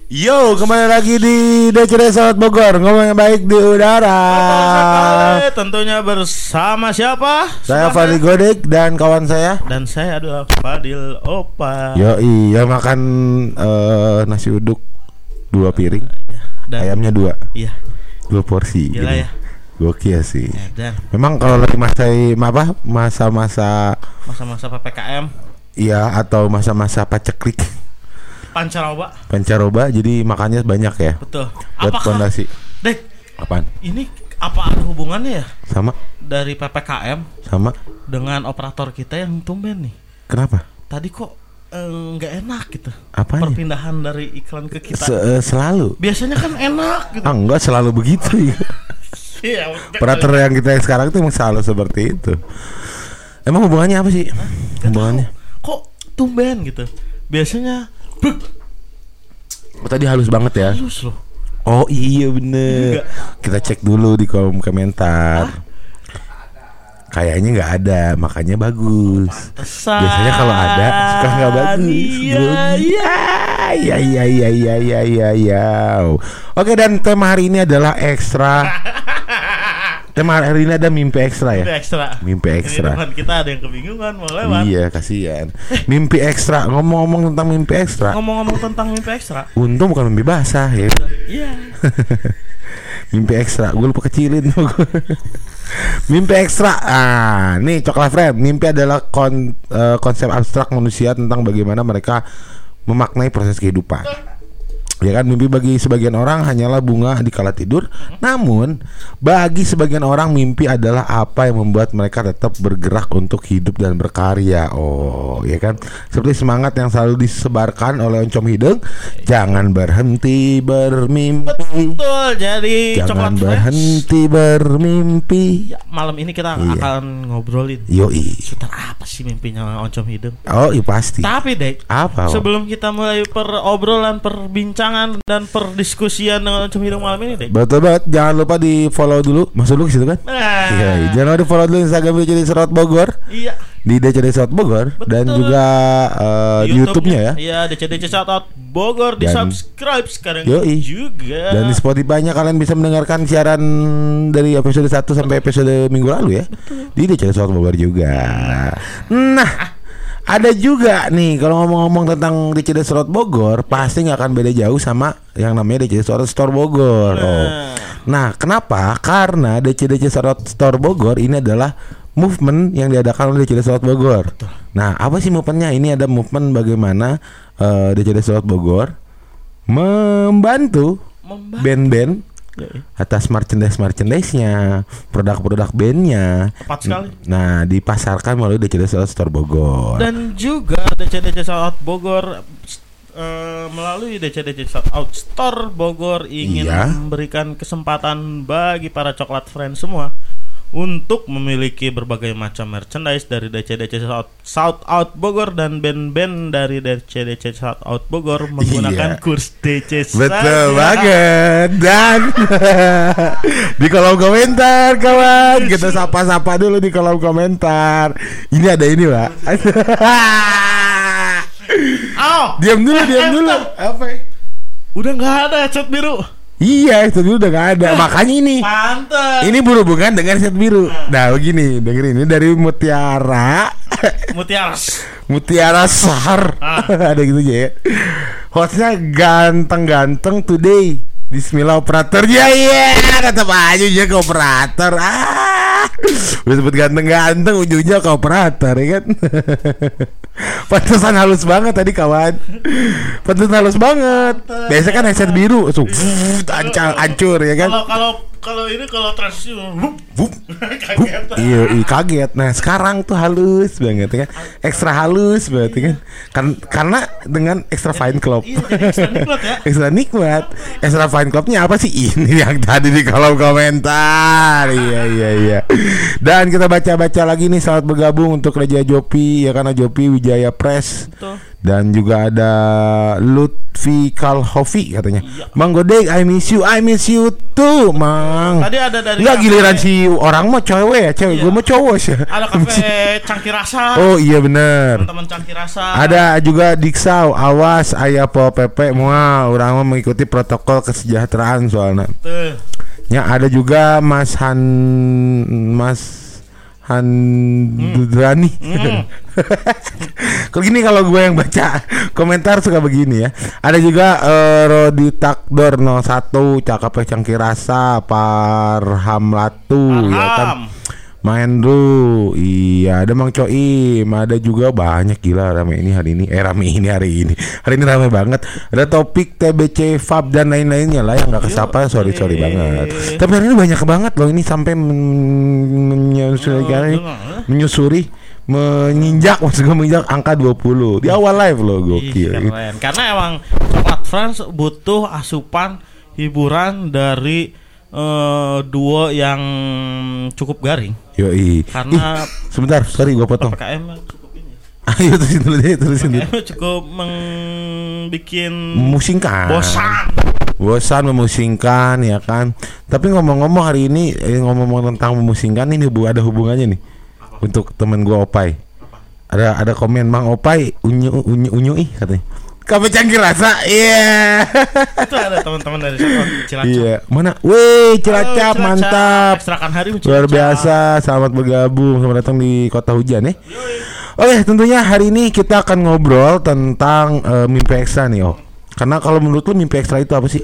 Yo, kembali lagi di DCD Sahabat Bogor, ngomong yang baik di udara. Tentunya bersama siapa? Saya Fadil Godek dan kawan saya. Dan saya adalah Fadil Opa. Yo, iya makan nasi uduk 2 piring, Dan ayamnya 2. Iya. 2 porsi. Gila gitu. ya. Gokil sih. Ya, dan Memang kalau lagi masa-masa PPKM, iya atau masa-masa paceklik, pancaroba, jadi makannya banyak ya. betul. Buat Apakah, fondasi. Dek, Apaan? ini apa ada hubungannya ya Sama? dari PPKM Sama? dengan operator kita yang tumben nih? Kenapa? Tadi kok nggak enak gitu. Apanya? Perpindahan dari iklan ke kita. Selalu. Biasanya kan enak gitu. Enggak selalu begitu. Iya. Operator yang kita yang sekarang itu emang selalu seperti itu. Emang hubungannya apa sih? Hubungannya? Kok tumben gitu? Biasanya Tadi halus banget ya. halus loh. Oh iya bener. Kita cek dulu di kolom komentar. Kayaknya nggak ada, makanya bagus. Biasanya kalau ada suka nggak bagus. Iya. Oke, dan tema hari ini adalah ekstra. Tema hari ini ada mimpi ekstra ya. Mimpi ekstra. Ini teman kita ada yang kebingungan mau lewat. Iya, kasihan. Mimpi ekstra. Ngomong-ngomong tentang mimpi ekstra. Ngomong-ngomong tentang mimpi ekstra. Untung bukan mimpi basah ya. Iya. Mimpi ekstra. Gue lupa kecilin. Mimpi ekstra. Nih Coklat Friend. Mimpi adalah konsep abstrak manusia tentang bagaimana mereka memaknai proses kehidupan. Ya kan, mimpi bagi sebagian orang hanyalah bunga di kala tidur. Namun bagi sebagian orang mimpi adalah apa yang membuat mereka tetap bergerak untuk hidup dan berkarya. Oh, ya kan, seperti semangat yang selalu disebarkan oleh Oncom Hideng. Jangan berhenti bermimpi. Betul. Jadi Jangan Coklat berhenti bermimpi. Ya, malam ini kita akan ngobrolin. Yoi. Sekitar apa sih mimpinya Oncom Hideng? Oh iya pasti. Tapi Dek, Apa? sebelum kita mulai perobrolan, perbincangan dan perdiskusian dengan Oncom Hideng malam ini, Dek. Betul banget. Jangan lupa di follow dulu. Masuk dulu ke situ kan? Iya. Jangan lupa di follow dulu Instagram DCD Sahabat Bogor. Iya. Di DCD Sahabat Bogor. Betul. Dan juga YouTube-nya ya. Iya, DCD Sahabat Bogor, di Dan- subscribe sekarang Yoi. juga. Dan di Spotify-nya kalian bisa mendengarkan siaran dari episode 1 sampai episode minggu lalu ya. Di DCD Sahabat Bogor juga. Nah, ada juga nih kalau ngomong-ngomong tentang DCD Sahabat Bogor, pasti nggak akan beda jauh sama yang namanya DCD Sahabat Store Bogor. Nah, kenapa? Karena DCD Sahabat Store Bogor ini adalah movement yang diadakan oleh DCD Sahabat Bogor. Nah, apa sih movementnya? Ini ada movement bagaimana DCD Sahabat Bogor membantu band-band atas merchandise-nya, produk-produk bandnya. Tepat sekali. Nah, dipasarkan melalui DCD Sahabat Store Bogor. Dan juga DCD Sahabat Bogor melalui DCD Sahabat Store Bogor ingin memberikan kesempatan bagi para coklat friends semua untuk memiliki berbagai macam merchandise dari DCD South Out Bogor dan band-band dari DCD South Out Bogor menggunakan kurs DC. Betul banget. Dan di kolom komentar kawan, kita sapa-sapa dulu di kolom komentar. Ini ada ini Pak. Diam dulu. Apa? Udah nggak ada cat biru. Iya, itu dulu udah gak ada. Makanya ini. Pantes. Ini berhubungan dengan set biru. Nah, begini, dengerin ini dari Mutiara Sahar. Ada gitu aja ya. Hostnya ganteng-ganteng today. Bismillah operatornya. Tetap aja ke operator. Udah sebut ganteng-ganteng, ujungnya ke operator ya kan. Pantesan halus banget tadi kawan. Pantesan halus banget. Biasanya kan headset biru langsung hancur ya kan. Kalau ini kalau transisi kaget. Iya, kaget. Nah, sekarang tuh halus banget ya kan. Ekstra halus banget ya kan. Karena dengan extra fine club. Iya, jadi extra nikmat ya. Extra nikmat. Extra fine clubnya apa sih? Ini yang tadi di kolom komentar. Iya. Dan kita baca-baca lagi nih, selamat bergabung untuk Raja Jopi ya, karena Jopi Wijaya Press. Betul. Dan juga ada Lutfi Kalhofi katanya. Mang Godek, I miss you too, Mang. Tadi ada dari enggak giliran si orang mah cewek ya, cewek. Gue mah cowok sih. Ada kafe Cangkir Rasa. Oh iya bener. Teman-teman Cangkir Rasa. Ada juga Diksau, awas aya Pol PP moal urang mah mengikuti protokol kesejahteraan soalnya. Ya ada juga Mas Handrani. Kalau gini kalau gue yang baca komentar suka begini ya. Ada juga Rodi Takdor 01, Cakep Cangkir Rasa, Parham Latu, ya kan. Mahendro, iya ada Mang Coim, ada juga banyak gila rame ini hari ini hari ini rame banget. Ada Topik, TBC, Fab dan lain-lainnya lah yang nggak kesapa, sorry banget. Tapi hari ini banyak banget loh ini sampai menyusuri menginjak angka 20 di awal live loh, gokil. Karena emang Coklat Friends butuh asupan hiburan dari duo yang cukup garing. Yoi. Karena sebentar, sorry gua potong. PPKM cukup ini. Ayo terusin dulu deh, PPKM cukup memusingkan. Bosan memusingkan ya kan. Tapi ngomong-ngomong hari ini ngomong tentang memusingkan ini ada hubungannya nih. Untuk temen gua Opai. Ada komen Mang Opai unyu katanya. Kafe Cangkir Rasa, iya. Itu ada teman-teman dari Cilacap. Iya, mana? Wih, Cilacap, mantap. Ekstrakan hari luar biasa, selamat bergabung, selamat datang di Kota Hujan ya. Oke, tentunya hari ini kita akan ngobrol tentang mimpi ekstra nih, Karena kalau menurut lu mimpi ekstra itu apa sih?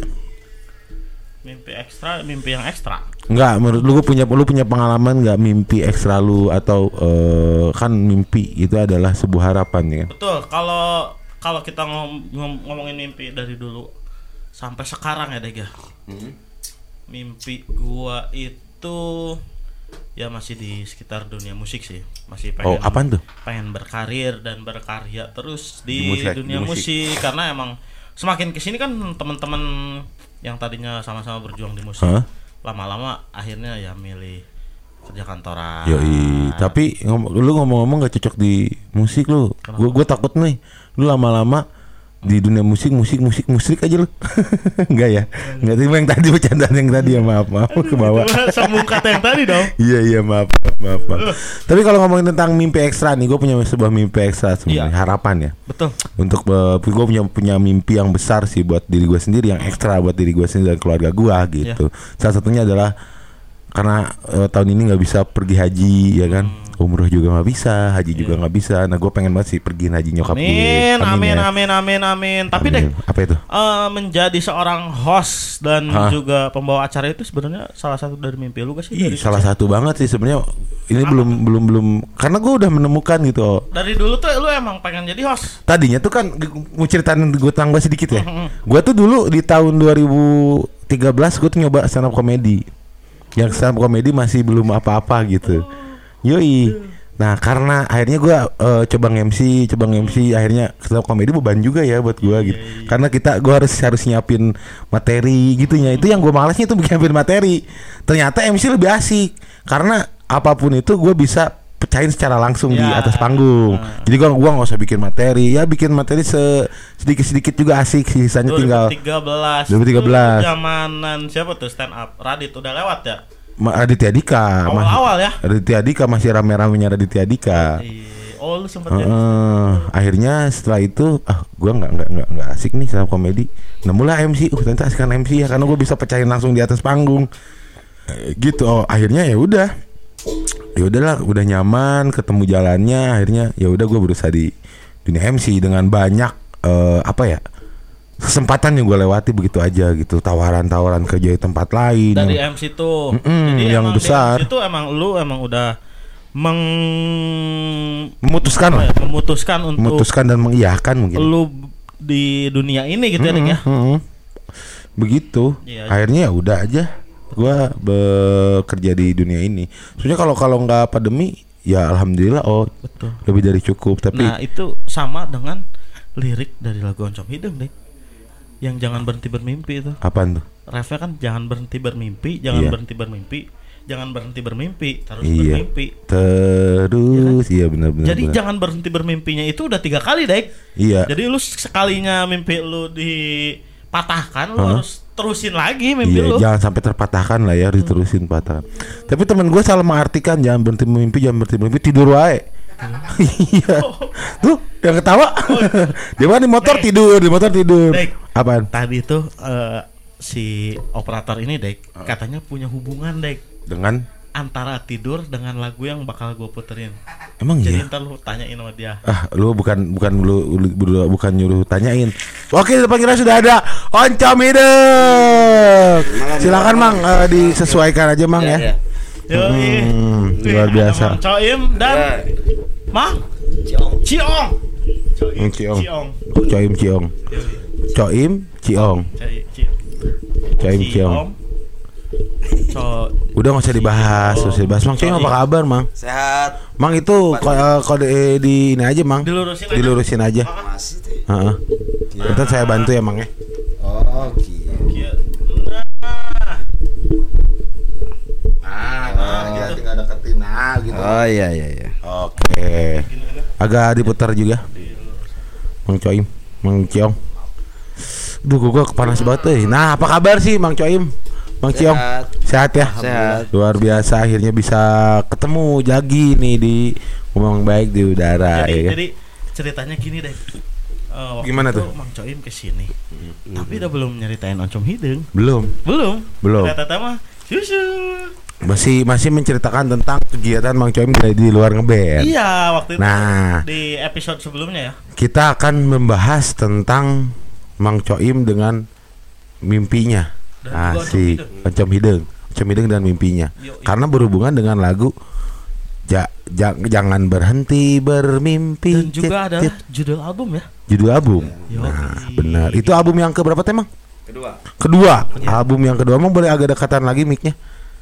Mimpi ekstra, mimpi yang ekstra. Enggak, menurut lu punya pengalaman enggak mimpi ekstra lu atau kan mimpi itu adalah sebuah harapan ya kan? Betul, kalau kita ngomongin mimpi dari dulu sampai sekarang ya Dega. Mimpi gua itu ya masih di sekitar dunia musik sih. Masih pengen apaan tuh? Pengen berkarir dan berkarya terus di dunia musik. Karena emang semakin kesini kan teman-teman yang tadinya sama-sama berjuang di musik lama-lama akhirnya ya milih kerja kantoran. Yoi, tapi lu ngomong-ngomong gak cocok di musik lu. Gue takut nih lu lama-lama di dunia musik aja lu. Enggak ya? Enggak, terima yang tadi bercandaan yang tadi ya, maaf ke bawah. Sambung kata yang tadi dong. Iya maaf. Tapi kalau ngomongin tentang mimpi ekstra nih, gue punya sebuah mimpi ekstra sebenarnya, harapan ya. Betul. Untuk gue punya mimpi yang besar sih buat diri gue sendiri, yang ekstra buat diri gue sendiri dan keluarga gue gitu. Salah satunya adalah karena tahun ini nggak bisa pergi haji ya kan, umroh juga nggak bisa, haji juga nggak bisa. Nah gue pengen banget sih pergiin haji nyokap gue. Amin. Tapi deh, apa itu? Menjadi seorang host dan juga pembawa acara itu sebenarnya salah satu dari mimpi lu gak sih? Salah satu banget sih sebenarnya. Ini belum karena gue udah menemukan gitu. Dari dulu tuh lu emang pengen jadi host. Tadinya tuh kan mau ceritain gue tambah sedikit ya. Gue tuh dulu di tahun 2013 gue tuh nyoba stand up comedy. Yang stand up comedy masih belum apa-apa gitu. Yoi. Nah karena akhirnya gue coba nge-MC akhirnya stand up comedy beban juga ya buat gue gitu. Karena gue harus nyiapin materi gitu ya. Itu yang gue malasnya tuh nyiapin materi. Ternyata MC lebih asik karena apapun itu gue bisa pecahin secara langsung di atas panggung. Jadi gue nggak usah bikin materi. Ya bikin materi sedikit juga asik. Sisanya 2013. Zamanan siapa tuh stand up? Radit udah lewat ya? Raditya Dika. Awal-awal ya? Raditya Dika masih rame-ramenya Raditya Dika. Oh lu sempet akhirnya setelah itu gue nggak asik nih stand up comedy. Nah mulai MC. Ternyata asik kan MC ya karena gue bisa pecahin langsung di atas panggung. Gitu. Akhirnya ya udahlah, udah nyaman, ketemu jalannya, akhirnya ya udah gue berusaha di dunia MC dengan banyak kesempatan yang gue lewati begitu aja gitu, tawaran kerja di tempat lain dari MC tuh. Jadi yang besar di MC tuh lu udah memutuskan dan mengiyakan mungkin lu di dunia ini gitu ya. Begitu. Akhirnya ya udah aja gue bekerja di dunia ini. Sebenarnya kalau nggak pandemi ya alhamdulillah betul. Lebih dari cukup. Tapi nah itu sama dengan lirik dari lagu Oncom Hidung deh, yang jangan berhenti bermimpi itu. Apaan tuh? Refnya kan jangan berhenti bermimpi, jangan berhenti bermimpi, terus Iya. bermimpi. Terus iya benar-benar. Jadi jangan berhenti bermimpinya itu udah 3 kali, Dek. Iya. Jadi lu sekalinya mimpi lu dipatahkan, lu harus terusin lagi mimpi Iya, lu. jangan sampai terpatahkan lah ya, harus diterusin patah. Tapi teman gue salah mengartikan jangan berhenti mimpi, tidur wae. Iya. Tuh, yang ketawa. Dia mah di motor tidur, Dek. Apaan? Tadi tuh si operator ini, Dek, katanya punya hubungan, Dek, Dengan antara tidur dengan lagu yang bakal gue puterin. emang Jadi iya. ntar lu tanyain sama dia. Lu bukan nyuruh tanyain. Oke, depan kita sudah ada Oncom Hideng. Silakan Mang, disesuaikan aja Mang ya. Yoi. Luar Ada biasa. Mang Coim dan Mang Ciong. Ciong. Coim Ciong. Coim Ciong. Coim Ciong. Udah nggak usah dibahas, Mang Ciong apa kabar Mang? Sehat. Mang itu kode di ini aja Mang. Dilurusin aja. Masih tuh. Heeh. Bentar saya bantu ya Mang ya. Oh, gitu. Nah, tinggal deketin gitu. Oh iya. Oke. Agak diputar juga. Mang Coim, Mang Ciong. Duh, gua panas banget euy. Nah, apa kabar sih Mang Coim? Mang Ciong. Sehat ya? Sehat. Luar biasa akhirnya bisa ketemu lagi nih di Ngomong Baik di udara ya. Jadi ceritanya gini, deh. Waktu Gimana itu tuh? Mang Coim kesini, tapi udah belum nyeritain Oncom Hideng. Belum. Belum. Kata mah susu. Masih menceritakan tentang kegiatan Mang Coim di luar ngeband. Iya, waktu itu Nah, di episode sebelumnya ya. kita akan membahas tentang Mang Coim dengan mimpinya. Dan juga Asik. Oncom Hideng dan mimpinya. Yo. Karena berhubungan dengan lagu Jangan Berhenti Bermimpi. Dan juga ada judul album ya. Judul album. Yo. Nah, benar. Itu album yang keberapa Temang? Kedua. Album yang kedua. Emang boleh agak dekatan lagi mic-nya?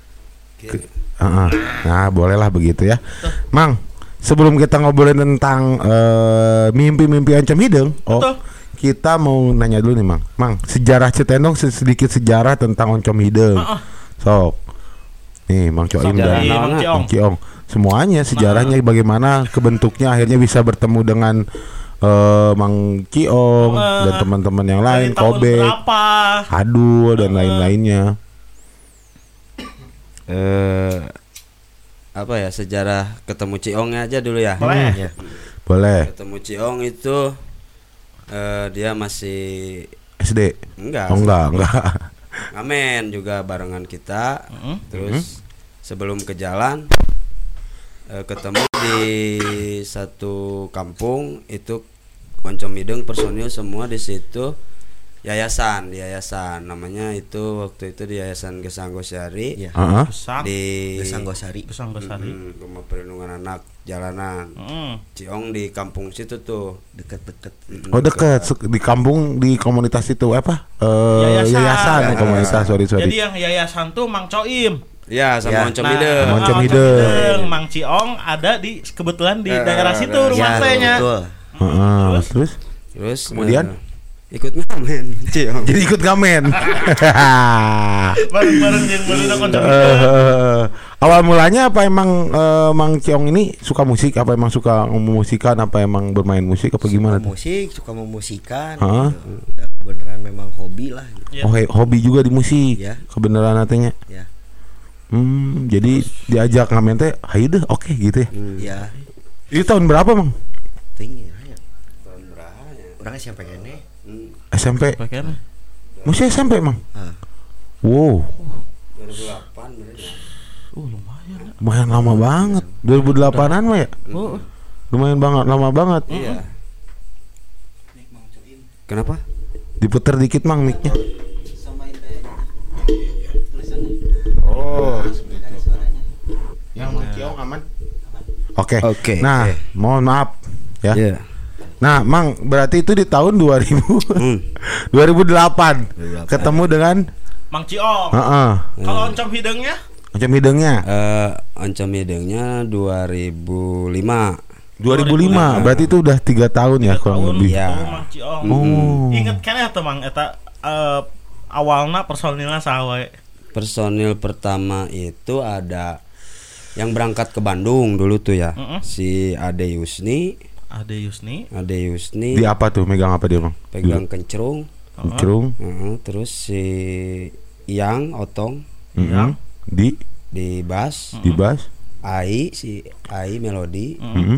Nah, bolehlah begitu ya. Mang, sebelum kita ngobrolin tentang mimpi-mimpi Oncom Hideng, kita mau nanya dulu nih Mang. Mang, sejarah ceritain dong sedikit sejarah tentang Oncom Hideng. Sok. Nih Mang Coim dan Mang Ciong. Semuanya sejarahnya bagaimana kebentuknya akhirnya bisa bertemu dengan Mang Ciong dan teman-teman yang lain, Kobe, Adul dan lain-lainnya. Apa ya, sejarah ketemu Ciongnya aja dulu ya. Boleh. Boleh. Ketemu Ciong itu dia masih SD. enggak. Oh enggak. Ngamen juga barengan kita. Terus sebelum ke jalan ketemu di satu kampung itu Oncom Hideng personil semua di situ. Di yayasan namanya itu waktu itu di Yayasan Gesanggosari. Di Gesanggosari. Rumah perlindungan anak jalanan. Ciong di kampung situ tuh deket-deket. Oh dekat di kampung di komunitas itu apa? Yayasan komunitas sorry. Jadi yang yayasan tuh Mang Coim. Ya sama Oncom Hideng. Oncom Hideng. Mang Ciong ada kebetulan di daerah situ rumah saya. Terus kemudian ikut ngamen Ciong. Jadi ikut ngamen. Bareng-bareng yang baru Oncom Awal mulanya apa emang Mang Ciong ini suka musik? Apa emang suka memusikan? Apa emang bermain musik? Apa gimana? Suka memusikan. Gitu. Udah beneran memang hobi lah. Gitu. Oh hobi juga di musik. Ya. Kebenaran katanya. Ya. Jadi diajak ngamen teh, hayu deh, oke gitu ya. Ya. Itu tahun berapa Mang? Tinggi ya. Tahun berapa ya? Orangnya siapa kene? SMP. Masih SMP Mang? Wow. 2008 berarti. Lumayan lama banget. 2008-an mah ya? Lumayan banget, lama banget. Iya. Kenapa? Diputer dikit Mang mic-nya. Oh. Yang Mang Ciong aman? Oke. Nah, mohon maaf ya. Yeah. Nah, Mang, berarti itu di tahun 2000 2008 ketemu dengan Mang Ciong. Kalau Oncom Hidengnya? Oncom Hidengnya? Oncom Hidengnya 2005. 2005, berarti itu udah 3 tahun ya kurang lebih. Ya. Mang Ciong. Ingat kan eta Mang eta awalna personilnya saha we? Personil pertama itu ada yang berangkat ke Bandung dulu tuh ya. Si Ade Yusni. Di apa tuh? Megang apa dia, Bang? Pegang kencrung. Terus si Yang Otong. Di bass. Si Ai melodi.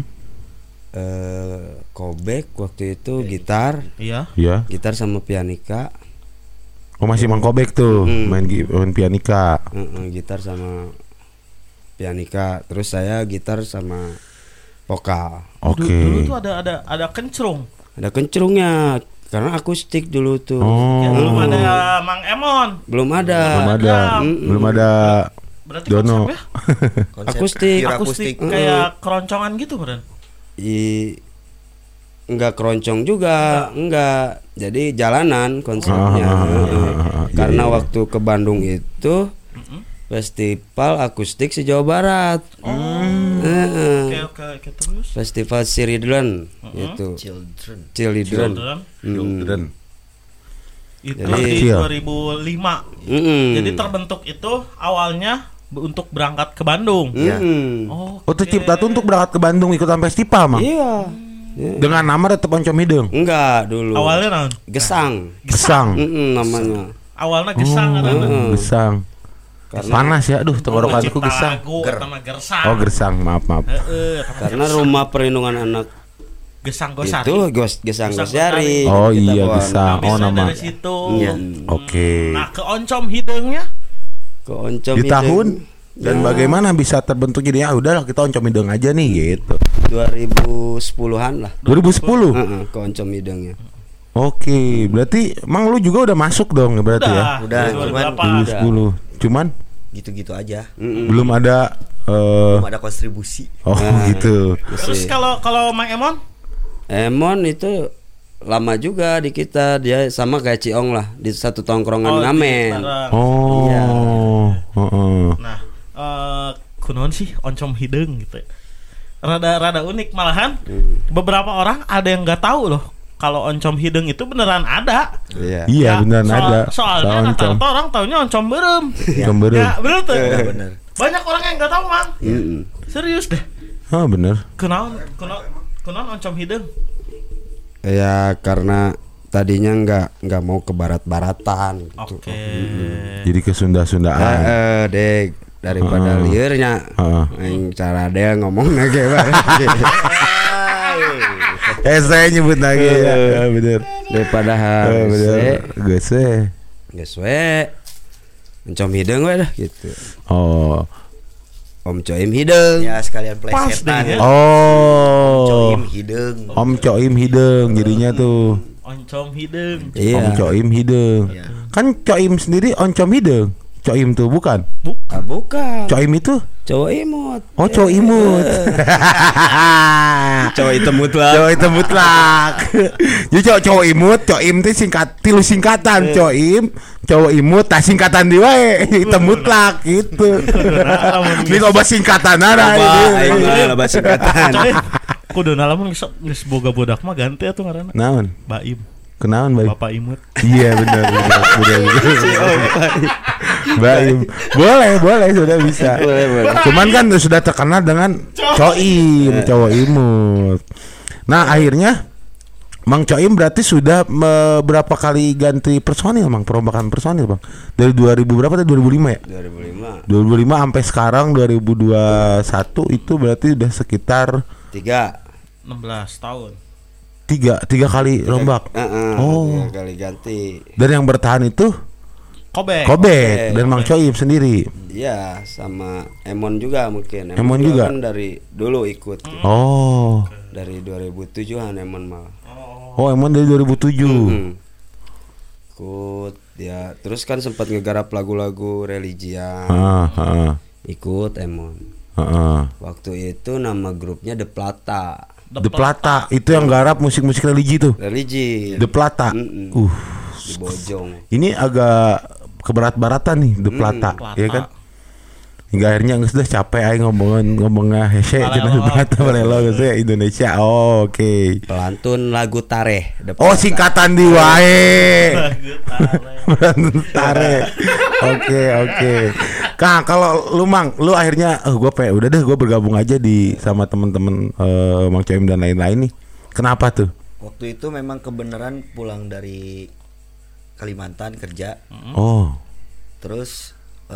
Kobek waktu itu gitar. Iya. Gitar sama pianika. Oh, masih Mang Kobek tuh, main pianika. Gitar sama pianika. Terus saya gitar sama vokal. Oke. Dulu tuh ada kencrung. Ada kencrungnya karena akustik dulu tuh. Belum ada Mang Emon. Belum ada. Belum ada. Berarti Dono. Akustik kayak keroncongan gitu, Bren. Enggak keroncong juga, enggak. Jadi jalanan konsepnya. Karena waktu ke Bandung itu festival akustik se Jawa Barat. Oke, terus. Festival Children itu. Children. Itu Jadi- di 2005. Jadi terbentuk itu awalnya untuk berangkat ke Bandung. Oh, tuh Cipta tuh untuk berangkat ke Bandung ikutan festival, Mang. Iya. Dengan nama tetap Oncom Hidung. Enggak dulu. Awalnya naon? Gesang. Gesang. Namanya. Awalnya gesang kan. Gesang. Panas ya, aduh tenggorokanku gesang. Sama gersang. Oh, gersang, maaf. Karena rumah perlindungan anak Gesang Gosari. itu Gesang Gosari. Oh Kita iya, bawa Gesang. Habisnya Oh, nama. dari situ. Oke. Nah, ke Oncom Hidungnya ke Oncom Di Hidung. tahun dan bagaimana bisa terbentuk jadi udahlah kita Oncom Hidung aja nih gitu. 2010-an lah. 2010. Ke Oncom Hidungnya. Oke, berarti Mang lu juga udah masuk dong berarti ya. Udah, cuman 2010. Cuman gitu-gitu aja. belum ada Belum ada kontribusi. oh gitu. terus kalau Mang Emon Emon itu lama juga di kita, dia sama kayak Ciong lah di satu tongkrongan ngamen. Oh. Iya. Nah, kunaon sih Oncom Hidung gitu. Rada unik malahan. Beberapa orang ada yang nggak tahu loh kalau Oncom Hidung itu beneran ada. Iya. Iya beneran ada. Soalnya rata-rata orang taunya Oncom Berem. Oncom Berem. Ya, bener tuh. Bener. Banyak orang yang nggak tahu, Mang. Serius deh. Oh bener. Kunaon Oncom Hidung? Ya karena tadinya nggak mau ke barat-baratan gitu. Oke. Jadi ke Sunda-Sundaan. Dek daripada liurnya yang cara dia ngomong nage Saya nyebut lagi ya. Bener. daripada harus Gese. geus we Oncom Hidung we dah gitu. Oh. Om Coim Hidung. Ya sekalian Pas plesetan. deh ya. Oh. Coim Hidung. Om Coim Hidung jadinya tuh. Oncom Hidung. Iya. Om Coim Hidung. Iya. Kan Coim sendiri Oncom Hidung. Coim tuh bukan. Bukan. Coim itu Cowok imut. oh cowok imut. Cowok hitam mutlak. Cowok itu mutlak. Jadi cowok imut, coim itu tilu singkatan. Coim, cowok imut, tak singkatan di wae. Hitam mutlak gitu. Ini loba singkatan ada ini. Loba singkatan. Kuduna lamun geus boga budak mah ganti atuh ngaranna. Naon? Baim, Kenaon baik? Bapak Imut. Iya benar. Baim. Boleh sudah bisa. Cuman kan sudah terkenal dengan coim, cowok imut. Nah, akhirnya Mang Coim berarti sudah berapa kali ganti personil, Mang? Perombakan personil, Bang. Dari 2000 berapa tadi? 2005 ya? 2005 sampai sekarang 2021 itu berarti udah sekitar 16 tahun. tiga kali rombak. Oh, 3 kali ganti. Dan yang bertahan itu Kobek dan Mang Coim sendiri. Iya, sama Emon juga mungkin. Emon juga kan dari dulu ikut. Oh. Dari 2007-an Emon malah. Oh, Emon dari 2007. Ikut dia. Terus kan sempat ngegarap lagu-lagu religian. Ikut Emon. Waktu itu nama grupnya The Plata. The Plata itu yang garap musik-musik religi tuh. Religi. The Plata. Di Bojong. Ini agak keberat-baratan nih The Plata, ya kan? Hingga akhirnya geus sudah capek aing ngomongnya hese cenah bahasa Balelo geus ya Indonesia. Oh, oke. Pelantun lagu Tareh. Oh, singkatan di wae. Tare. Oke. Kang, kalau lu Mang, lu akhirnya udah deh gue bergabung aja di sama temen-temen Mang Coim dan lain-lain nih. Kenapa tuh? Waktu itu memang kebenaran pulang dari Kalimantan kerja. Oh. Terus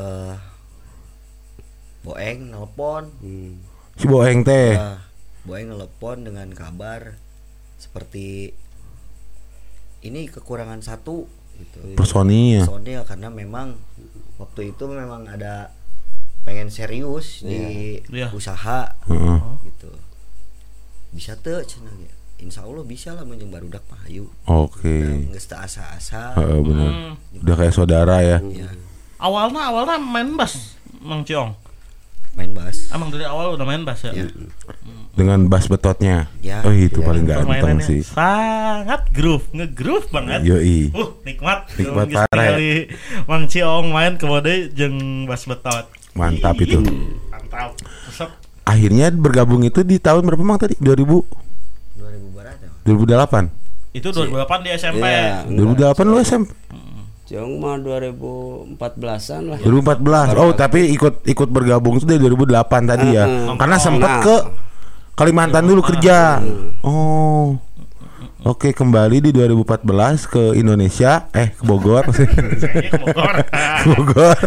Boeng nelpon. Si Boeng teh. Boeng nelpon dengan kabar seperti ini kekurangan satu gitu. Personil karena memang waktu itu memang ada pengen serius di usaha gitu. Bisa tuh cenah ya. Insya Allah bisa lah menjeng barudak mah hayu. Oke. Geus teu asa-asa. Bener. Udah kayak saudara ya. Iya. Awalnya main bass Mang Ciong. Main bass. Emang dari awal udah main bass ya? Dengan bass betotnya. Ya, itu paling ganteng sih. Sangat nge-groove banget. Yoi. Nikmat parah. Mang Ciong main kemode jeung bass betot. Mantap itu. Mantap. Resep. Akhirnya bergabung itu di tahun berapa Mang tadi? 2000 barat ya. 2008. Itu 2008 di SMP. Iya, 2008 lu SMP. Ciong mah 2014-an lah. 2014. Oh, tapi ikut bergabung itu dari 2008 tadi ya. Karena sempat ke Kalimantan dulu kerja. Oh. Oke, kembali di 2014 ke Indonesia, ke Bogor. Ke Bogor. Bogor.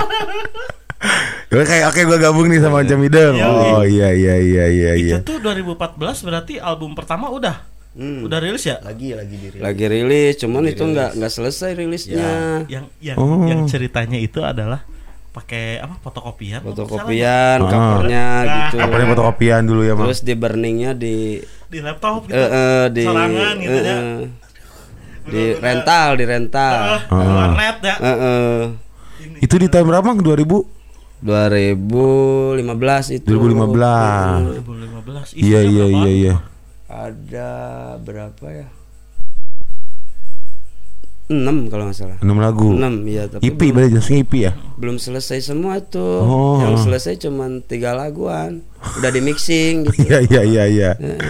Oke, gue gabung nih sama Macam Ideng. Oh iya. Itu tuh 2014 berarti album pertama udah rilis ya? Lagi dirilis. Lagi rilis, cuman itu nggak selesai rilisnya. Yang ceritanya itu adalah pakai apa? Fotokopian, covernya gitu. Covernya fotokopian dulu ya, Bang. Terus di burningnya di laptop gitu. Di sorangan gitu ya. Di rental. Warnet ya. Itu di tahun berapa, Bang? 2015 itu. 2015. 2015. Iya. Ada berapa ya? 6 kalau nggak salah. 6 lagu. 6 ya, tapi EP berarti langsung EP ya? Belum selesai semua tuh. Yang selesai cuman 3 laguan. Udah di mixing gitu. Iya.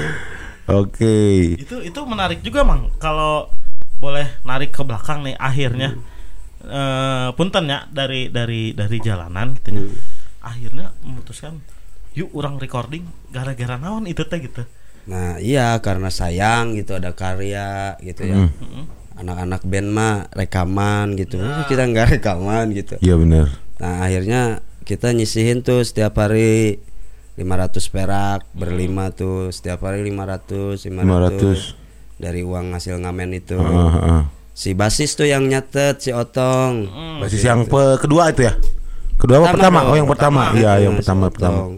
Oke. Itu menarik juga, Mang. Kalau boleh narik ke belakang nih akhirnya. Punten ya dari jalanan gitu ya. Akhirnya memutuskan yuk orang recording gara-gara naon itu teh gitu. Nah, iya karena sayang gitu ada karya gitu ya. Anak-anak band mah rekaman gitu. Kita enggak rekaman gitu. Iya benar. Nah, akhirnya kita nyisihin tuh setiap hari 500 perak berlima tuh. Setiap hari 500 dari uang hasil ngamen itu. Si basis tuh yang nyatet si Otong. Basis yang kedua itu ya? Kedua apa pertama? Yang pertama. Iya, yang pertama.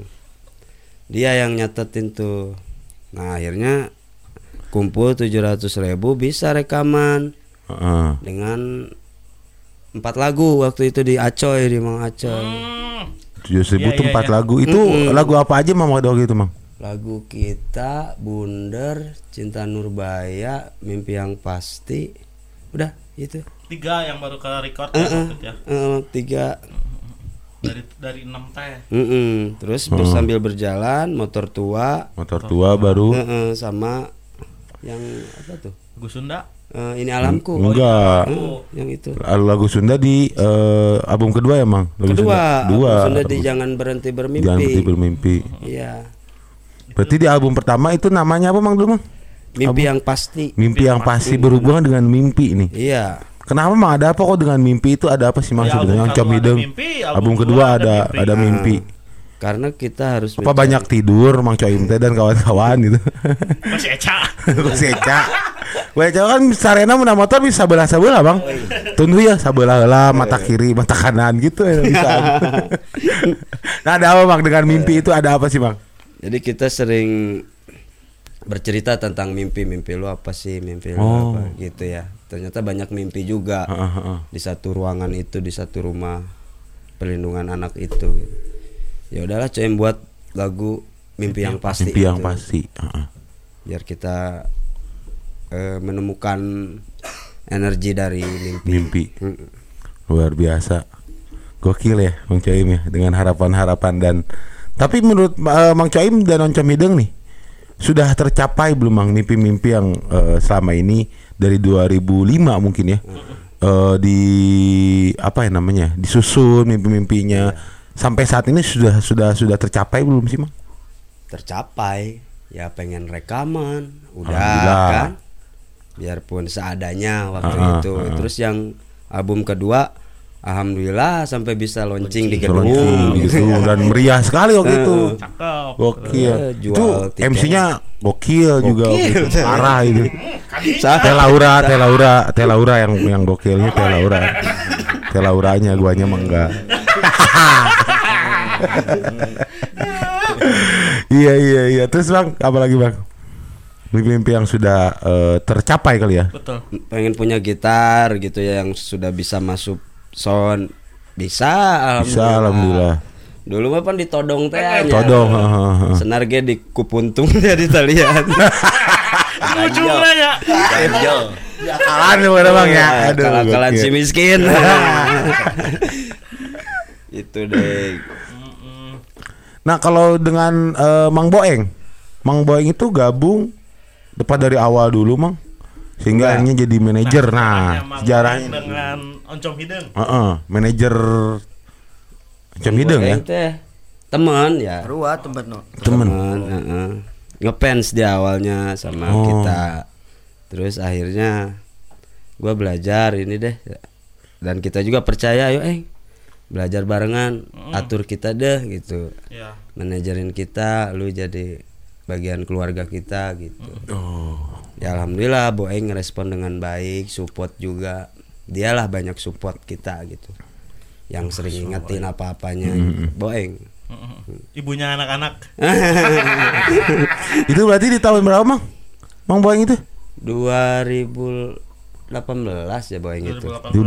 Dia yang nyatetin tuh. Nah, akhirnya kumpul 700.000 bisa rekaman. Dengan 4 lagu waktu itu di Acoy, di Mang Acoy. 700.000 tuh 4 lagu. Itu lagu apa aja Mang waktu itu, Mang? Lagu kita, Bunder, Cinta Nurbaya, Mimpi Yang Pasti. Udah itu 3 yang baru ke record ya. 3 dari 6 teh. Terus sambil berjalan motor tua baru sama yang apa tuh? Lagu Sunda. Ini Alamku. Enggak. Yang itu. Lagu Sunda di album kedua ya, Mang? Kedua. Sunda di Jangan Berhenti Bermimpi. Iya. Berarti di album pertama itu namanya apa, Mang, dulu, Mang? Mimpi Yang Pasti. Mimpi yang pasti berhubungan dengan mimpi nih. Iya. Kenapa, Mang? Ada apa kok dengan mimpi itu? Ada apa sih, Mang, sebenarnya? Yang Cam Hideng. Album kedua ada mimpi. Karena kita harus apa banyak tidur Mang Coim teh dan kawan-kawan gitu. Masih Eca. Gue kan sarena mun motor bisa sebelah Bang. Tunggu ya sebelah lah, mata kiri, mata kanan gitu ya bisa. Nah, ada apa, Bang, dengan mimpi itu? Ada apa sih, Bang? Jadi kita sering bercerita tentang mimpi lu apa sih, mimpi lu apa gitu ya. Ternyata banyak mimpi juga di satu ruangan itu, di satu rumah perlindungan anak itu gitu. Ya udahlah, coba buat lagu Mimpi Yang Pasti. Mimpi Yang Pasti. Biar kita menemukan energi dari mimpi. Luar biasa. Gokil ya Mang Coim ya, dengan harapan-harapan. Dan tapi menurut Mang Coim dan Oncom Hideng nih, sudah tercapai belum Mang mimpi-mimpi yang selama ini dari 2005 mungkin ya, di apa ya namanya, disusun mimpi-mimpinya sampai saat ini sudah tercapai belum sih Mang? Tercapai ya, pengen rekaman udah kan, biarpun seadanya waktu itu. Terus yang album kedua alhamdulillah sampai bisa launching di gedung gitu. Dan meriah sekali waktu itu. Cakep. Gokil. Itu tiket. MC-nya gokil juga waktu itu. Parah itu. Teh Laura yang gokilnya Teh Lauranya, guanya mah enggak. Iya. Terus Bang, apa lagi Bang? Mimpi yang sudah tercapai kali ya. Betul. Pengen punya gitar gitu ya yang sudah bisa masuk sound. Bisa alhamdulillah. Dulu mah pan ditodong teh aja. Todong. Senar ge di kupuntung jadi talian. Lucu ya. Ya kalan mana Bang ya. Aduh. Kalah-kalan si miskin. Itu deh. Nah, kalau dengan Mang Boeng itu gabung depan dari awal dulu Mang, sehingga akhirnya jadi manajer. Nah, sejarahnya dengan Oncom Hideng. Manajer Oncom Hideng ya. Teman ya. Rua tempat no. Teman. Ngefans di awalnya sama kita. Terus akhirnya gua belajar ini deh. Dan kita juga percaya, ayo belajar barengan, atur kita deh gitu. Ya. Manajerin kita, lu jadi bagian keluarga kita gitu. Ya alhamdulillah Boeng ngerespon dengan baik, support juga. Dialah banyak support kita gitu. Yang sering ingetin apa-apanya Boeng. Ibunya anak-anak. Itu berarti di tahun berapa Mang Boeng itu? 2018 ya Boeng itu.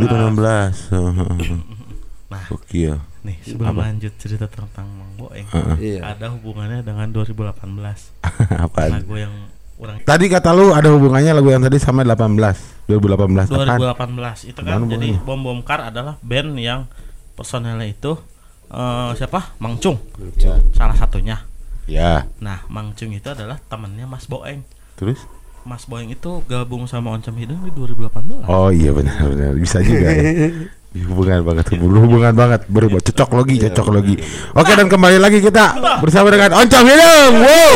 2018. Nah, gokil. Nih, sebelum lanjut cerita tentang Mang Boeng, ada hubungannya dengan 2018. Apaan? Lagu yang orang Tadi kata lu ada hubungannya lagu yang tadi sama 2018. 2018 itu kan jadi Bom Kar adalah band yang personelnya itu siapa? Mang Chung. Salah satunya. Ya. Nah, Mang Chung itu adalah temannya Mas Boeng. Terus? Mas Boeng itu gabung sama Oncom Hideng di 2018. Oh iya benar. Bisa juga ya. Hubungan banget, cocok logi. Oke, dan kembali lagi kita bersama dengan Oncom Hideng. Wow.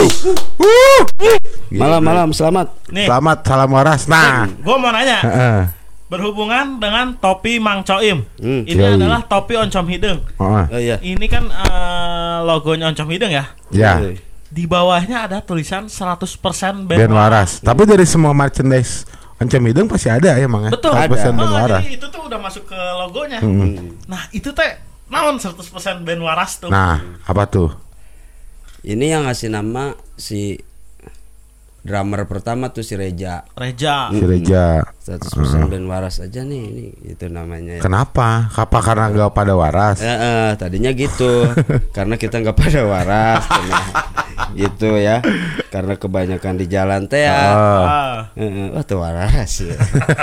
Malam selamat. Nih. Selamat, salam waras. Nah, gua mau nanya. Berhubungan dengan topi Mang Coim. Ini adalah topi Oncom Hideng. Iya. Ini kan logonya Oncom Hideng ya. Ya. Di bawahnya ada tulisan 100% band waras. Tapi dari semua merchandise Oncom Hideng pasti ada ya Mang ya. Betul. Ada. Band waras. Jadi itu tuh udah masuk ke logonya. Nah, itu teh naon 100% band waras tuh. Nah, apa tuh? Ini yang ngasih nama si drummer pertama tuh si Reja. Si Reja. 100% band waras aja nih, ini itu namanya. Kenapa? Karena nggak pada waras? Tadinya gitu. Karena kita nggak pada waras, gitu ya. Karena kebanyakan di jalan teh ya. Tuh waras ya.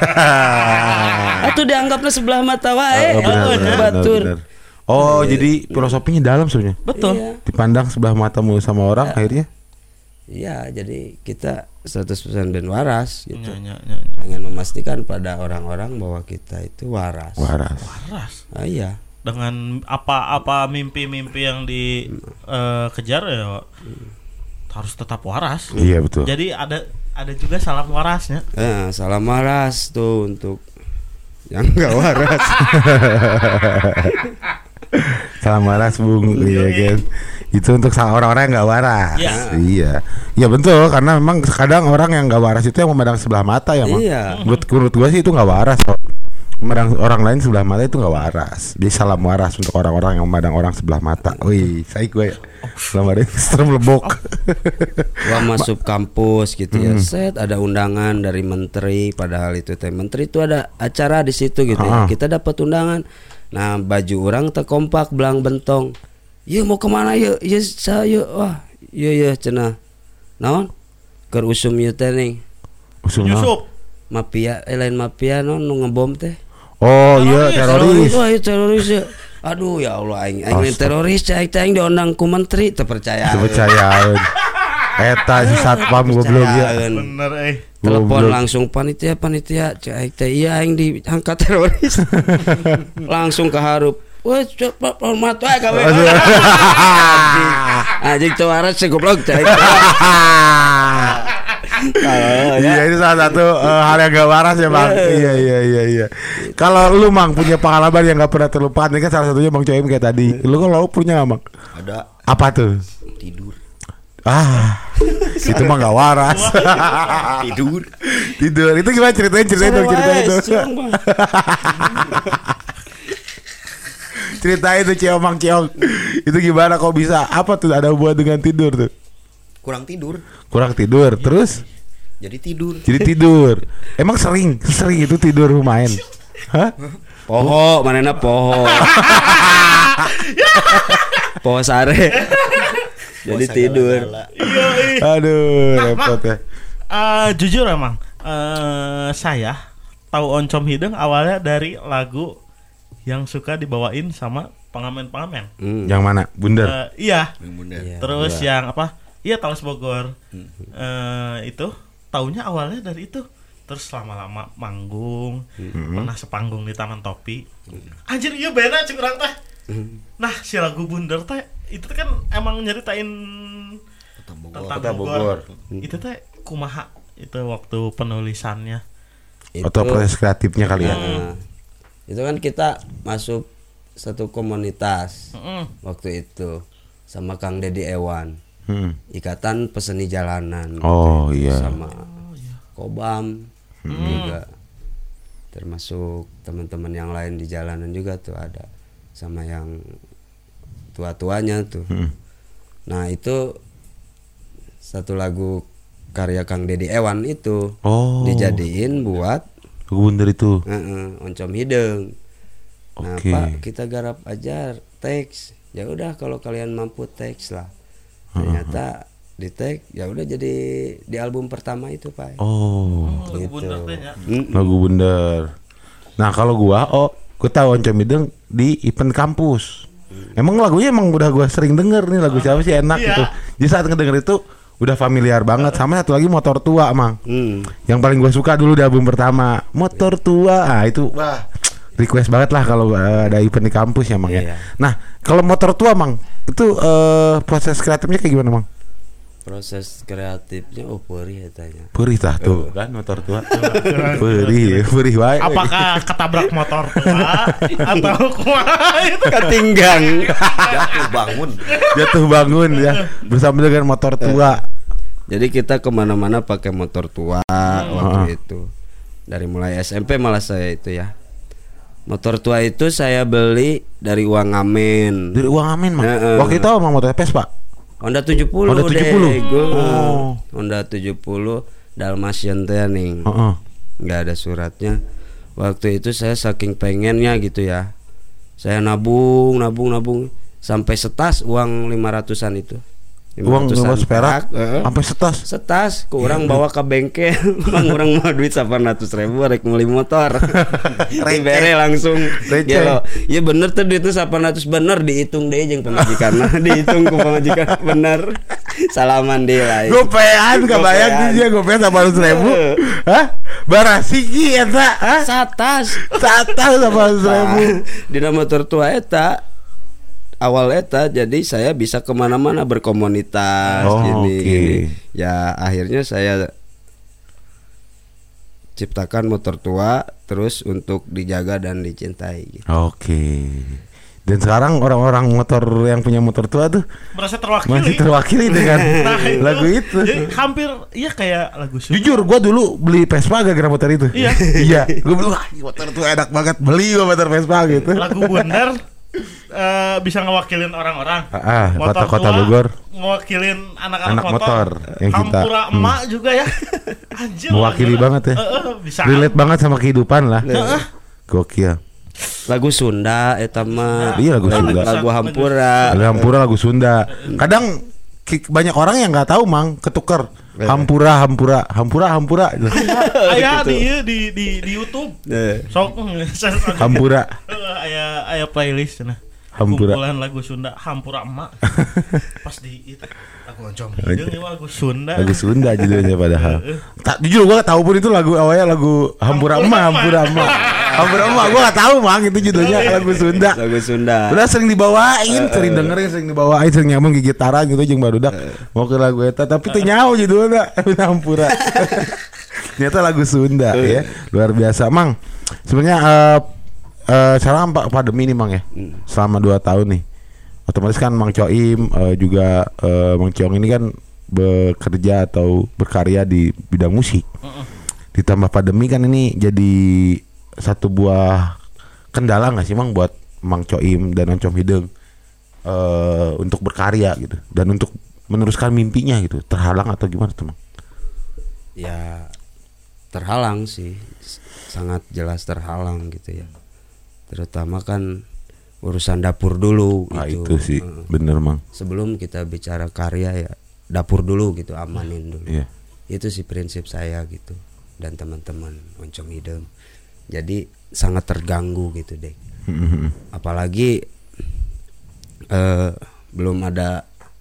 Tuh dianggapnya sebelah mata wae. Benar. Jadi filosofinya dalam sebenarnya. Betul. Iya. Dipandang sebelah matamu sama orang akhirnya. Iya, jadi kita 100% band waras gitu. Ya. Ingin memastikan pada orang-orang bahwa kita itu waras. Iya. Dengan apa mimpi-mimpi yang dikejar ya harus tetap waras. Iya betul. Jadi ada juga salam warasnya. Salam waras tuh untuk yang nggak waras. Salam waras Bung, iya kan. Itu untuk orang-orang yang nggak waras. Iya betul, karena memang kadang orang yang nggak waras itu yang memandang sebelah mata ya Mang. Iya. Menurut gue sih itu nggak waras. Memandang orang lain sebelah mata itu nggak waras. Jadi salam waras untuk orang-orang yang memandang orang sebelah mata. Wih, saya gue selama ini terlebok. Gua masuk kampus gitu ya. Set ada undangan dari menteri, padahal itu teh menteri itu ada acara di situ gitu ya. Kita dapat undangan. Nah, baju orang terkompak belang bentong. Ya mau kemana ya? Ya saya wah, ya cenah. Naon? Keur usum ieu teh nih. Usum Yusuf. Mafia, lain mafia nu ngebom teh. Oh iya teroris. Wah, teroris ya. Aduh ya Allah aing teroris aing diundang ku menteri teu percaya. Eta si satpam goblok ya. Bener Telepon langsung panitia cek aing teh iya aing diangkat teroris. Langsung keharup. Wah, coba hormat wae gawe. Anjing teu waras goblok cek. Iya ini salah satu hal yang gak waras ya Bang. Iya. Kalau lu Mang punya pengalaman yang gak pernah terlupakan, ini kan salah satunya Bang Coim kayak tadi. Lu kalau punya gak Bang? Ada. Apa tuh? Tidur. Itu mah gak waras. Tidur. Itu gimana ceritain dong itu. Ceritain tuh Ceong Mang Ceong. Itu gimana kok bisa? Apa tuh ada hubungan dengan tidur tuh? Kurang tidur. Terus? Jadi tidur. Emang sering itu tidur main? Hah? Poho, manena poho. Poho sare. Jadi tidur. Aduh, repot ya. Jujur emang saya tahu Oncom Hideng awalnya dari lagu yang suka dibawain sama pengamen-pengamen. Yang mana? Bundar. Iya. Bundar. Terus yang apa? Iya, Talas Bogor. Itu taunya awalnya dari itu. Terus lama-lama manggung, pernah sepanggung di Taman Topi. Anjir, iya beda cik urang teh. Nah, si lagu Bundar teh itu kan emang nyeritain tentang Bogor. Itu teh kumaha itu waktu penulisannya. Atau proses kreatifnya kali ya. Itu kan kita masuk satu komunitas waktu itu sama Kang Dedi Ewan. Ikatan Peseni Jalanan. Oh iya. Sama Kobam juga. Termasuk teman-teman yang lain di jalanan juga tuh ada. Sama yang tua-tuanya tuh. Nah, itu satu lagu karya Kang Dedi Ewan itu dijadiin buat Bundar itu. Oncom Hideng. Nah, Okay. Pak, kita garap aja teks. Ya udah kalau kalian mampu teks lah. Ternyata di tag ya udah jadi di album pertama itu Pak. Lagu Bundar teh ya. Lagu Bundar. Nah kalau gua tahu Oncom Hideng di event kampus. Emang lagunya udah gua sering denger nih, lagu siapa sih enak gitu. Jadi saat ngedenger itu udah familiar banget. Sama satu lagi Motor Tua Mang. Yang paling gua suka dulu di album pertama Motor Tua. Itu wah request banget lah kalau ada event di kampus ya Mang ya. Nah kalau Motor Tua Mang itu proses kreatifnya kayak gimana Mang? Proses kreatifnya perih tanya. Perih tah tuh kan Motor Tua. Perih wae. Apakah ketabrak motor tua atau kumaha itu? Ketinggang. Jatuh bangun ya bersama dengan Motor Tua. Jadi kita kemana-mana pakai Motor Tua waktu itu. Dari mulai SMP malah saya itu ya. Motor Tua itu saya beli dari uang ngamen. Dari uang ngamen Mang. Waktu itu Mang motor Vespa. Honda 70. Honda 70. Honda 70 Dalmatian teh nih. Enggak ada suratnya. Waktu itu saya saking pengennya gitu ya. Saya nabung sampai setas uang 500-an itu. Uang 500 perak sampai setas ke orang bawa ke bengkel. Bang orang mau duit 800.000 rek meuli motor. Dibere langsung gelo. Ya bener tuh duitnya 800 bener dihitung deh jeung pamajikanna. Dihitung ku pamajikan bener. Salaman deui lah. Gopean kabayang dia gopean 800.000. Hah? Barasi ki eta, hah? Satas 800.000. Dina Motor Tua eta awal eta jadi saya bisa kemana-mana berkomunitas gini. Ya akhirnya saya ciptakan Motor Tua terus untuk dijaga dan dicintai gitu. Dan sekarang orang-orang motor yang punya Motor Tua tuh merasa terwakili. Masih terwakili dengan lagu itu. Jadi hampir kayak lagu Sunda. Jujur gua dulu beli Vespa gara-gara motor itu. Iya. Gua beli Motor Tua enak banget. Beli gua motor Vespa gitu. Lagu Bundar bisa ngewakilin orang-orang. Kota Bogor ngewakilin anak-anak motor yang kita Hampura emak juga ya. Anjir. Mewakili banget ya. Bisa relate banget sama kehidupan lah. Gokil. Lagu Sunda eta mah. Iya lagu Sunda. Lagu Hampura. Lagu Sunda. Kadang banyak orang yang nggak tahu Mang ketuker Hampura. Aya di YouTube. Sok Hampura. Aya playlist nah. Hampura. Kumpulan lagu Sunda Hampura Emak. Pas di itu lagu Oncom Hideung lagu Sunda. Lagu Sunda judulnya padahal. Jujur gua gak tahu pun itu lagu awalnya lagu Hampura Emak. Hampura Emak gua gak tahu Mang itu judulnya lagu Sunda. Lagu Sunda. Udah sering dibawain, sering dengerin, sering dibawain, sering nyambung gitaran gitu jeung barudak mau ke lagu eta tapi teu nyaho judulna Hampura. Ternyata lagu Sunda ya. Luar biasa, Mang. Sebenarnya sekarang pandemi nih Mang ya, selama 2 tahun nih, otomatis kan Mang Coim juga Mang Ciong ini kan bekerja atau berkarya di bidang musik. Ditambah pandemi kan ini jadi satu buah kendala nggak sih Mang buat Mang Coim dan Oncom Hideung untuk berkarya gitu dan untuk meneruskan mimpinya gitu, terhalang atau gimana tuh Mang? Ya terhalang sih, sangat jelas terhalang gitu ya. Terutama kan urusan dapur dulu gitu. Itu sih bener Mang. Sebelum kita bicara karya ya dapur dulu gitu, amanin dulu. Yeah. Itu sih prinsip saya gitu dan teman-teman Oncom Hideung. Jadi sangat terganggu gitu deh. Apalagi belum ada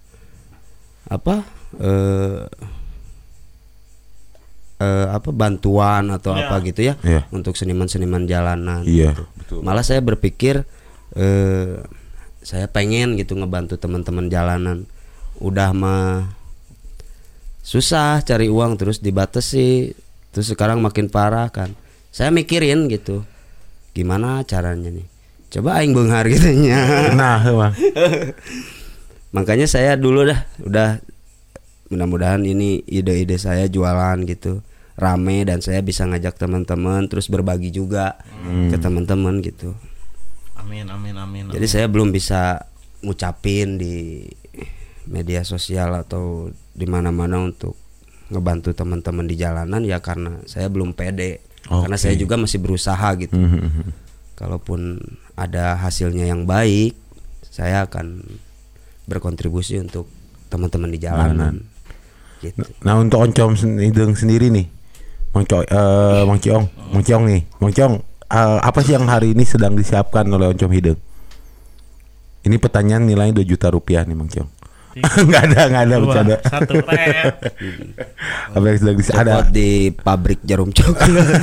bantuan atau apa gitu ya untuk seniman-seniman jalanan gitu. Betul. Malah saya berpikir saya pengen gitu ngebantu teman-teman jalanan. Udah mah susah cari uang terus dibatasi, terus sekarang makin parah kan. Saya mikirin gitu, gimana caranya nih? Coba aing beunghar gitu nya. Nah, Bang. Makanya saya dulu udah mudah-mudahan ini ide-ide saya jualan gitu rame dan saya bisa ngajak teman-teman terus berbagi juga ke teman-teman gitu. Amin. Jadi saya belum bisa ngucapin di media sosial atau di mana-mana untuk ngebantu teman-teman di jalanan ya karena saya belum pede. Karena saya juga masih berusaha gitu. Kalaupun ada hasilnya yang baik, saya akan berkontribusi untuk teman-teman di jalanan. Gitu. Nah untuk Oncom Hideung sendiri nih, Mang Ciong nih, apa sih yang hari ini sedang disiapkan oleh Oncom Hideung? Ini pertanyaan nilainya 2 juta rupiah nih Mang Ciong. Nggak ada bercanda. 1 rep. Apa yang sedang ada di pabrik jarum coklat.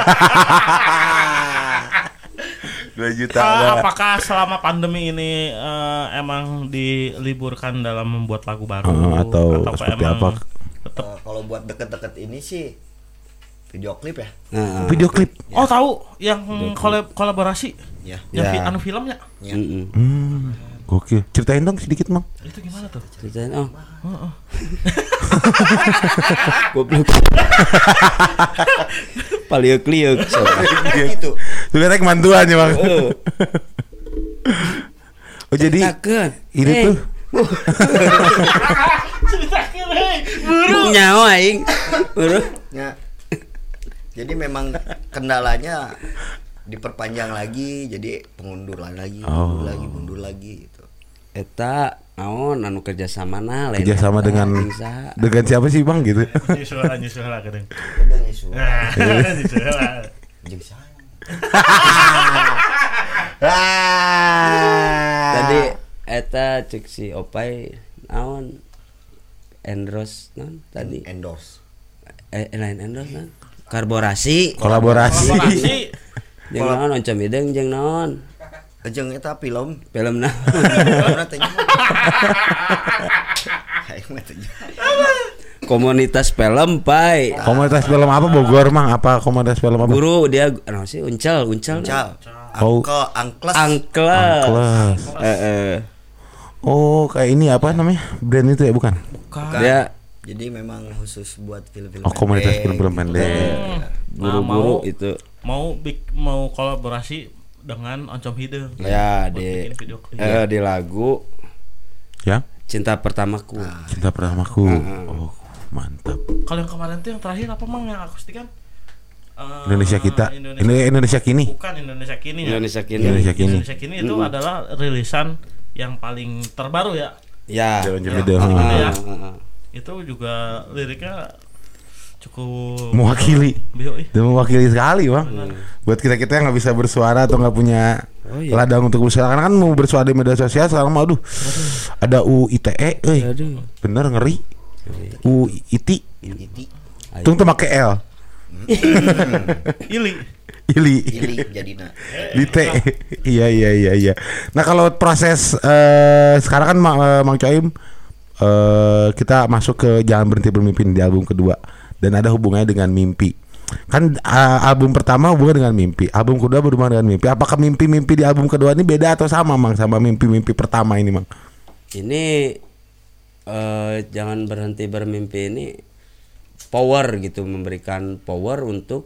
2 juta. Apakah selama pandemi ini emang diliburkan dalam membuat lagu baru atau seperti apa? Kalau buat deket-deket ini sih video klip ya. Video klip. Oh tahu yang kolaborasi. Ya. Yang anu filmnya. Ya. Oke, ceritain dong sedikit Mang. Itu gimana tuh? Ceritain goblok. Paliuk-liuk Gitu. Lu kata kemantuan ya Bang. Oh jadi ini tuh buru nyawa aing. Buru. Ya. Jadi memang kendalanya diperpanjang lagi, jadi pengunduran lagi, mundur lagi gitu. Eta naon anu kerjasama lain. Kerjasama dengan siapa sih Bang gitu? Nyusul lah kadang. Nyusul. Jeung saya. Tadi eta cek si Opai naon endorse non tadi endorse. Lain endorse non. Kolaborasi. Jeung naon Oncom Hideung jeung naon? Jeung eta film naon? Komunitas film Pai. Komunitas film apa Bogor Mang? Apa komunitas film apa? Guru dia anu sih Uncal. Angkles. Oh, kayak ini apa namanya? Brand itu ya bukan? Dia jadi memang khusus buat film-film pendek. Komunitas film-film pendek. Guru-guru itu mau kolaborasi dengan Oncom Hideung. Ya di lagu ya Cinta Pertamaku. Oh, mantap. Kalau yang kemarin tuh yang terakhir apa Mang yang akustikan? Indonesia kita. Indonesia kini. Bukan Indonesia kini. Indonesia kini itu adalah rilisan yang paling terbaru ya. Ya. Itu juga liriknya cukup mewakili dan mewakili sekali bang. Buat kita yang nggak bisa bersuara atau nggak punya ladang untuk bersuara, karena kan mau bersuara di media sosial sekarang mah ada UITE, bener ngeri. UITI tung tuh pakai L. Ili jadina Lite. Iya. Nah kalau proses sekarang kan Mang Coim, kita masuk ke Jangan Berhenti Bermimpi di album kedua dan ada hubungannya dengan mimpi. Kan album pertama hubungan dengan mimpi, album kedua berhubungan dengan mimpi. Apakah mimpi-mimpi di album kedua ini beda atau sama Mang sama mimpi-mimpi pertama ini Mang? Ini Jangan Berhenti Bermimpi ini power gitu, memberikan power untuk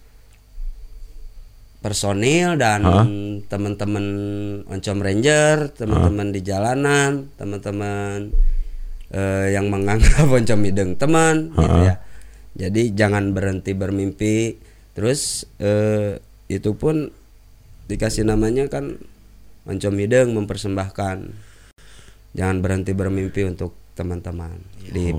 personil dan teman-teman Oncom Ranger, teman-teman di jalanan, teman-teman yang menganggap Oncom Hideng teman gitu ya. Jadi jangan berhenti bermimpi. Terus itu pun dikasih namanya kan Oncom Hideng mempersembahkan Jangan Berhenti Bermimpi untuk teman-teman di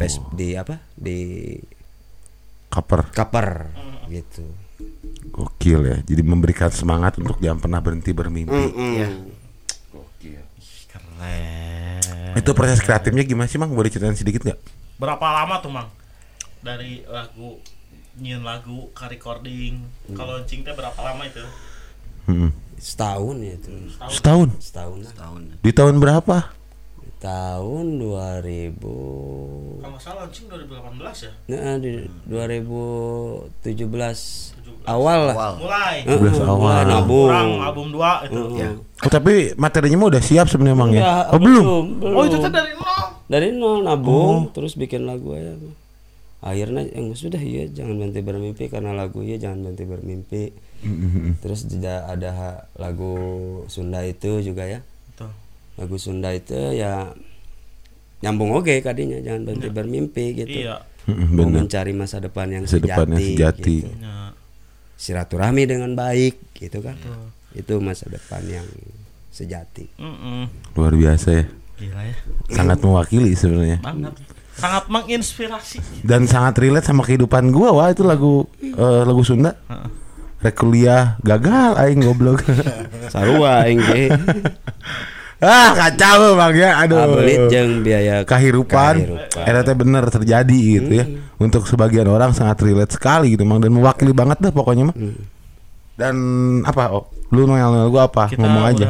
cover gitu. Gokil ya. Jadi memberikan semangat untuk jangan pernah berhenti bermimpi. Ya. Gokil. Keren. Itu proses kreatifnya gimana sih Mang? Boleh ceritain sedikit nggak? Berapa lama tuh Mang? Dari lagu nyiun lagu ke recording ke launching teh berapa lama itu? Setahun ya itu. Setahun. Di tahun berapa? Tahun 2000. Kalau salah launching 2018 ya? Nah, di 2017 awal lah. Mulai. Mulai nabung. Kurang album 2 itu. Oh tapi materinya mah udah siap sebenarnya Mang ya? Ya, belum. Oh itu tuh dari nol. Dari nol nabung terus bikin lagu aja. Akhirnya sudah ya Jangan Berhenti Bermimpi karena lagu ya Jangan Berhenti Bermimpi. Terus ada lagu Sunda itu juga ya. Betul. Lagu Sunda itu ya nyambung oke kadinya Jangan Berhenti Bermimpi gitu. Iya. Mau mencari masa depan yang sejati. Gitu. Silaturahmi dengan baik gitu kan. Itu masa depan yang sejati. Luar biasa ya. Gila ya. Sangat mewakili sebenarnya. Banget. Sangat menginspirasi dan sangat relate sama kehidupan gua. Wah itu lagu Sunda. Rek kuliah gagal aing goblok. Sarua aing ge. Kacau Bang ya. Aduh. Abelit jeung biaya kehidupan. Eta teh bener terjadi gitu ya. Untuk sebagian orang sangat relate sekali gitu Mang dan mewakili banget dah pokoknya mah. Dan apa? Lu noel gua apa? Kita ngomong aja.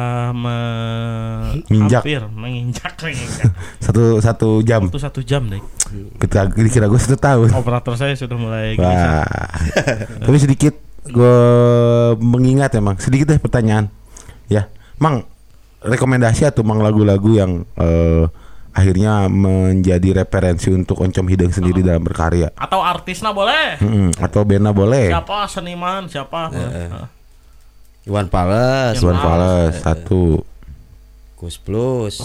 Menginjak. Satu jam. Waktu 1 jam deh. Kita dikira gue 1 tahun. Operator saya sudah mulai gelisah. Tapi sedikit gue mengingat emang sedikit deh pertanyaan. Ya, Mang rekomendasi atau Mang lagu-lagu yang akhirnya menjadi referensi untuk Oncom Hideng sendiri dalam berkarya. Atau artisnya boleh. Atau bandnya boleh. Siapa seniman siapa? Iwan Fals satu. Kus Plus.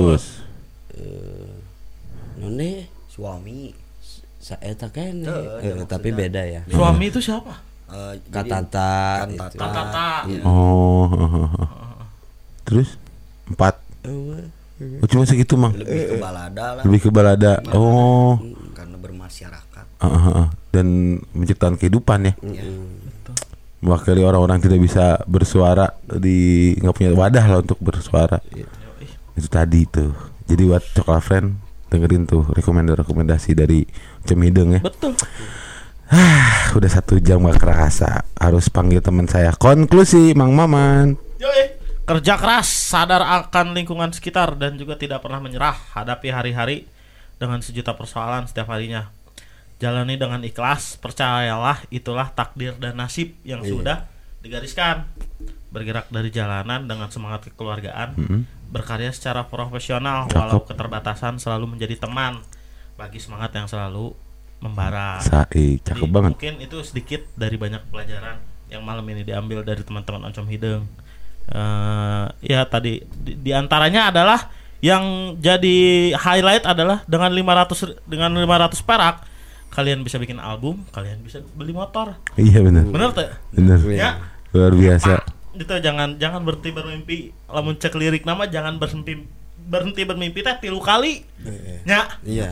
None Suami. Saeta kan. Tapi beda ya. Suami itu siapa? Kantata. Oh. Terus 4. Oh, cuma segitu Mang. Lebih ke balada lah. Lebih ke balada. Oh. Karena bermasyarakat. Dan menciptakan kehidupan ya. Mewakili orang-orang tidak bisa bersuara nggak punya wadah lah untuk bersuara. Itu tadi tuh. Jadi buat Coklat Friend dengerin tuh rekomendasi dari Oncom Hideng ya. Betul. Udah 1 jam gak kerasa. Harus panggil teman saya. Konklusi Mang Maman. Kerja keras, sadar akan lingkungan sekitar dan juga tidak pernah menyerah. Hadapi hari-hari dengan sejuta persoalan setiap harinya. Jalani dengan ikhlas, percayalah itulah takdir dan nasib yang sudah digariskan. Bergerak dari jalanan dengan semangat kekeluargaan, berkarya secara profesional walau keterbatasan selalu menjadi teman bagi semangat yang selalu membara. Cakep banget. Mungkin itu sedikit dari banyak pelajaran yang malam ini diambil dari teman-teman Oncom Hideng. Ya tadi di antaranya adalah yang jadi highlight adalah dengan 500 perak kalian bisa bikin album, kalian bisa beli motor. Iya benar. Benar tuh? Benar. Ya. Luar biasa. Itu jangan berhenti bermimpi. Lamun cek lirik nama jangan berhenti bermimpi teh 3 kali. Nya. Iya.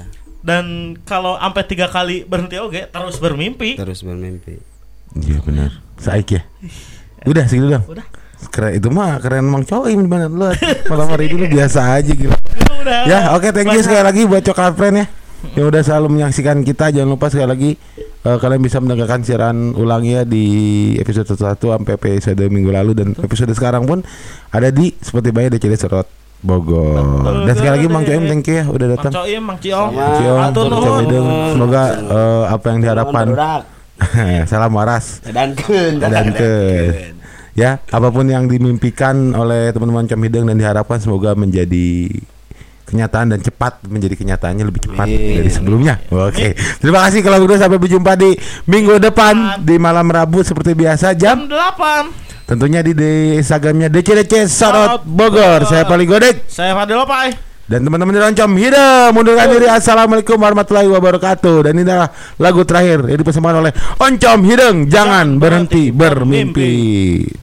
Dan kalau sampai 3 kali berhenti oke, terus bermimpi. Iya benar. Saik ya. Udah segitu dong. Udah. Keren itu mah keren Mang Coim banget lu. Malam hari ini biasa aja gitu. Ya, oke, thank you sekali lagi buat Coklat Friend ya. Yang udah selalu menyaksikan kita. Jangan lupa sekali lagi kalian bisa mendengarkan siaran ulang ya di episode 1 sampai episode minggu lalu dan episode sekarang pun ada di Spotify DCD Serot Bogor. Dan sekali lagi Mang Coim thank you ya udah datang. Mang Coim, Mang Ciong. Semoga apa yang diharapkan. Salam waras. Dankeun. Ya, apapun yang dimimpikan oleh teman-teman Com Hideng dan diharapkan semoga menjadi kenyataan dan cepat menjadi kenyataannya lebih cepat dari sebelumnya. Oke. Terima kasih kalau begitu, sampai berjumpa di minggu depan di malam Rabu seperti biasa jam 8. Tentunya di Instagramnya DCDC Sorot Bogor. Saya Pali Godek. Saya Fadil Lopai. Dan teman-teman di Roncom Hideng mundurkan diri. Assalamualaikum warahmatullahi wabarakatuh. Dan ini adalah lagu terakhir yang dipersembahkan oleh Oncom Hideng. Jangan berhenti bermimpi.